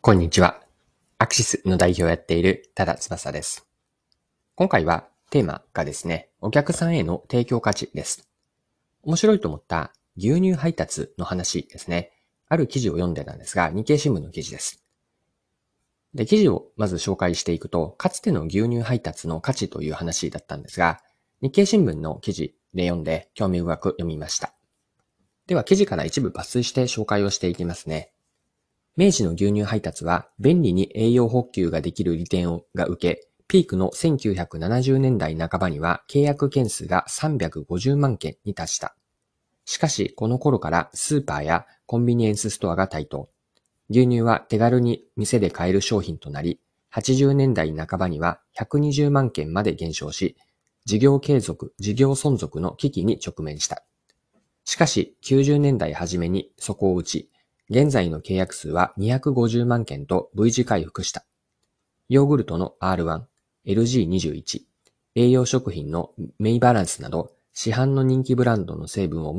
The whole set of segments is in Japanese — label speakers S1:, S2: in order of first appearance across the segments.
S1: こんにちは。アクシスの代表をやっている多田翼です。今回はテーマがですね、お客さんへの提供価値です。面白いと思った牛乳配達の話ですね。ある記事を読んでたんですが、日経新聞の記事です。で、記事をまず紹介していくと、かつての牛乳配達の価値という話だったんですが、日経新聞の記事で読んで興味深く読みました。では記事から一部抜粋して紹介をしていきますね。明治の牛乳配達は便利に栄養補給ができる利点が受け、ピークの1970年代半ばには契約件数が350万件に達した。しかし、この頃からスーパーやコンビニエンスストアが台頭。牛乳は手軽に店で買える商品となり、80年代半ばには120万件まで減少し、事業存続の危機に直面した。しかし、90年代初めに底を打ち、現在の契約数は250万件と V 字回復した。ヨーグルトの R1、LG21、栄養食品のメイバランスなど、市販の人気ブランドの成分を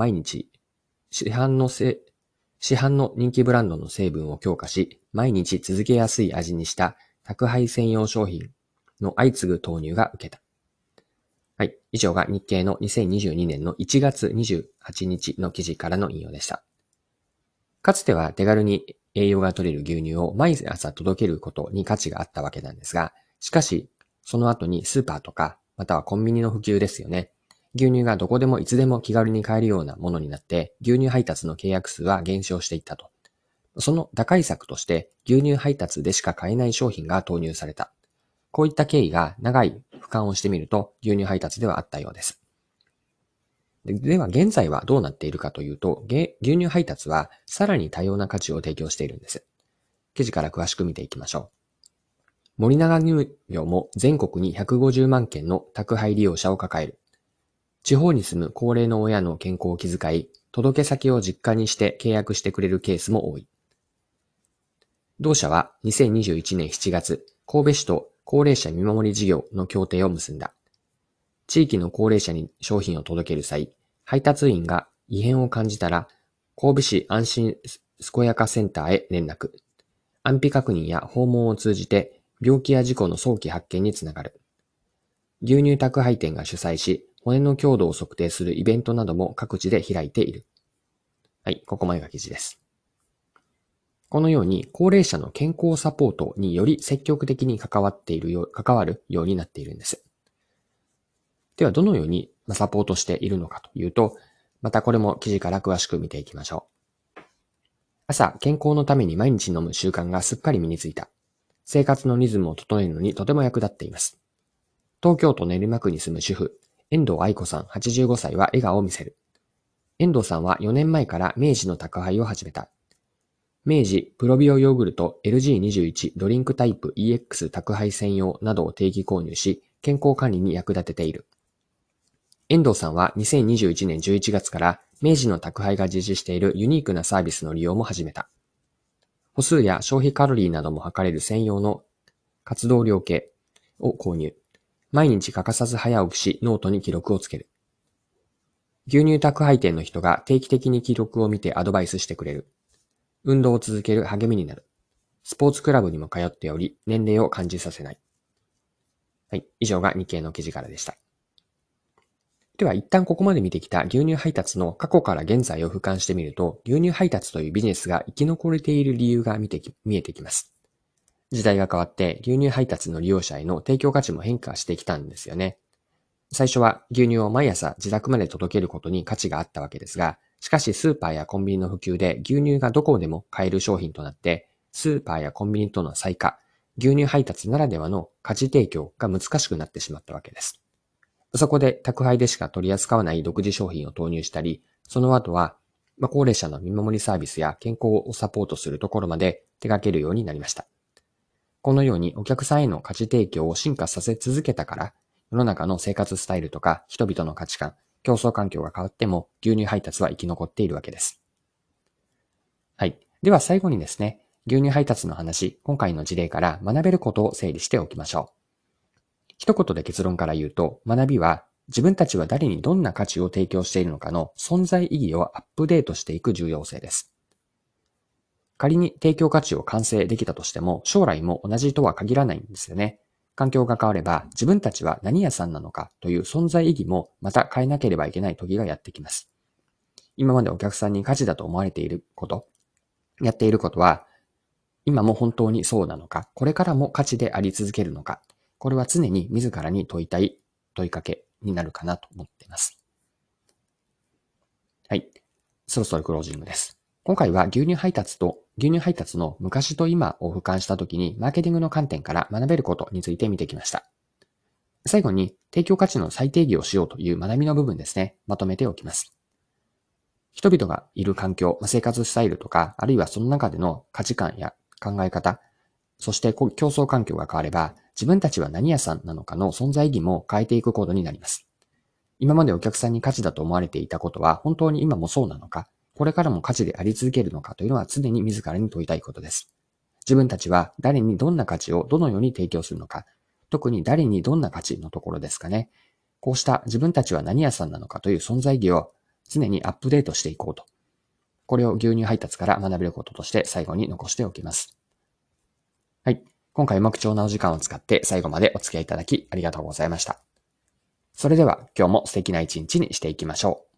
S1: 強化し、毎日続けやすい味にした宅配専用商品の相次ぐ投入が受けた。はい。以上が日経の2022年の1月28日の記事からの引用でした。かつては手軽に栄養が取れる牛乳を毎朝届けることに価値があったわけなんですが、しかし、その後にスーパーとか、またはコンビニの普及ですよね。牛乳がどこでもいつでも気軽に買えるようなものになって、牛乳配達の契約数は減少していったと。その打開策として、牛乳配達でしか買えない商品が投入された。こういった経緯が長い俯瞰をしてみると、牛乳配達ではあったようです。では現在はどうなっているかというと、牛乳配達はさらに多様な価値を提供しているんです。記事から詳しく見ていきましょう。森永乳業も全国に150万件の宅配利用者を抱える。地方に住む高齢の親の健康を気遣い、届け先を実家にして契約してくれるケースも多い。同社は2021年7月、神戸市と高齢者見守り事業の協定を結んだ。地域の高齢者に商品を届ける際、配達員が異変を感じたら、神戸市安心健やかセンターへ連絡。安否確認や訪問を通じて、病気や事故の早期発見につながる。牛乳宅配店が主催し、骨の強度を測定するイベントなども各地で開いている。はい、ここまでが記事です。このように、高齢者の健康サポートにより積極的に関わるようになっているんです。では、どのようにサポートしているのかというと、またこれも記事から詳しく見ていきましょう。朝、健康のために毎日飲む習慣がすっかり身についた。生活のリズムを整えるのにとても役立っています。東京都練馬区に住む主婦、遠藤愛子さん85歳は笑顔を見せる。遠藤さんは4年前から明治の宅配を始めた。明治プロビオヨーグルト LG21 ドリンクタイプ EX 宅配専用などを定期購入し、健康管理に役立てている。遠藤さんは2021年11月から明治の宅配が実施しているユニークなサービスの利用も始めた。歩数や消費カロリーなども測れる専用の活動量計を購入。毎日欠かさず早起きしノートに記録をつける。牛乳宅配店の人が定期的に記録を見てアドバイスしてくれる。運動を続ける励みになる。スポーツクラブにも通っており、年齢を感じさせない。はい。以上が日経の記事からでした。では一旦ここまで見てきた牛乳配達の過去から現在を俯瞰してみると、牛乳配達というビジネスが生き残れている理由が見えてきます。時代が変わって牛乳配達の利用者への提供価値も変化してきたんですよね。最初は牛乳を毎朝自宅まで届けることに価値があったわけですが、しかしスーパーやコンビニの普及で牛乳がどこでも買える商品となって、スーパーやコンビニとの差異化、牛乳配達ならではの価値提供が難しくなってしまったわけです。そこで宅配でしか取り扱わない独自商品を投入したり、その後は、高齢者の見守りサービスや健康をサポートするところまで手掛けるようになりました。このようにお客さんへの価値提供を進化させ続けたから、世の中の生活スタイルとか人々の価値観、競争環境が変わっても牛乳配達は生き残っているわけです。はい。では最後にですね、牛乳配達の話、今回の事例から学べることを整理しておきましょう。一言で結論から言うと、学びは自分たちは誰にどんな価値を提供しているのかの存在意義をアップデートしていく重要性です。 仮に提供価値を完成できたとしても、将来も同じとは限らないんですよね。環境が変われば、自分たちは何屋さんなのかという存在意義もまた変えなければいけない時がやってきます。今までお客さんに価値だと思われていること、やっていることは、今も本当にそうなのか、これからも価値であり続けるのか、これは常に自らに問いたい問いかけになるかなと思っています。はい。そろそろクロージングです。今回は牛乳配達の昔と今を俯瞰したときにマーケティングの観点から学べることについて見てきました。最後に提供価値の再定義をしようという学びの部分ですね、まとめておきます。人々がいる環境、生活スタイルとか、あるいはその中での価値観や考え方、そして競争環境が変われば、自分たちは何屋さんなのかの存在意義も変えていくことになります。今までお客さんに価値だと思われていたことは本当に今もそうなのか、これからも価値であり続けるのかというのは常に自らに問いたいことです。自分たちは誰にどんな価値をどのように提供するのか、特に誰にどんな価値のところですかね。こうした自分たちは何屋さんなのかという存在意義を常にアップデートしていこうと。これを牛乳配達から学べることとして最後に残しておきます。はい。今回も貴重なお時間を使って最後までお付き合いいただきありがとうございました。それでは今日も素敵な一日にしていきましょう。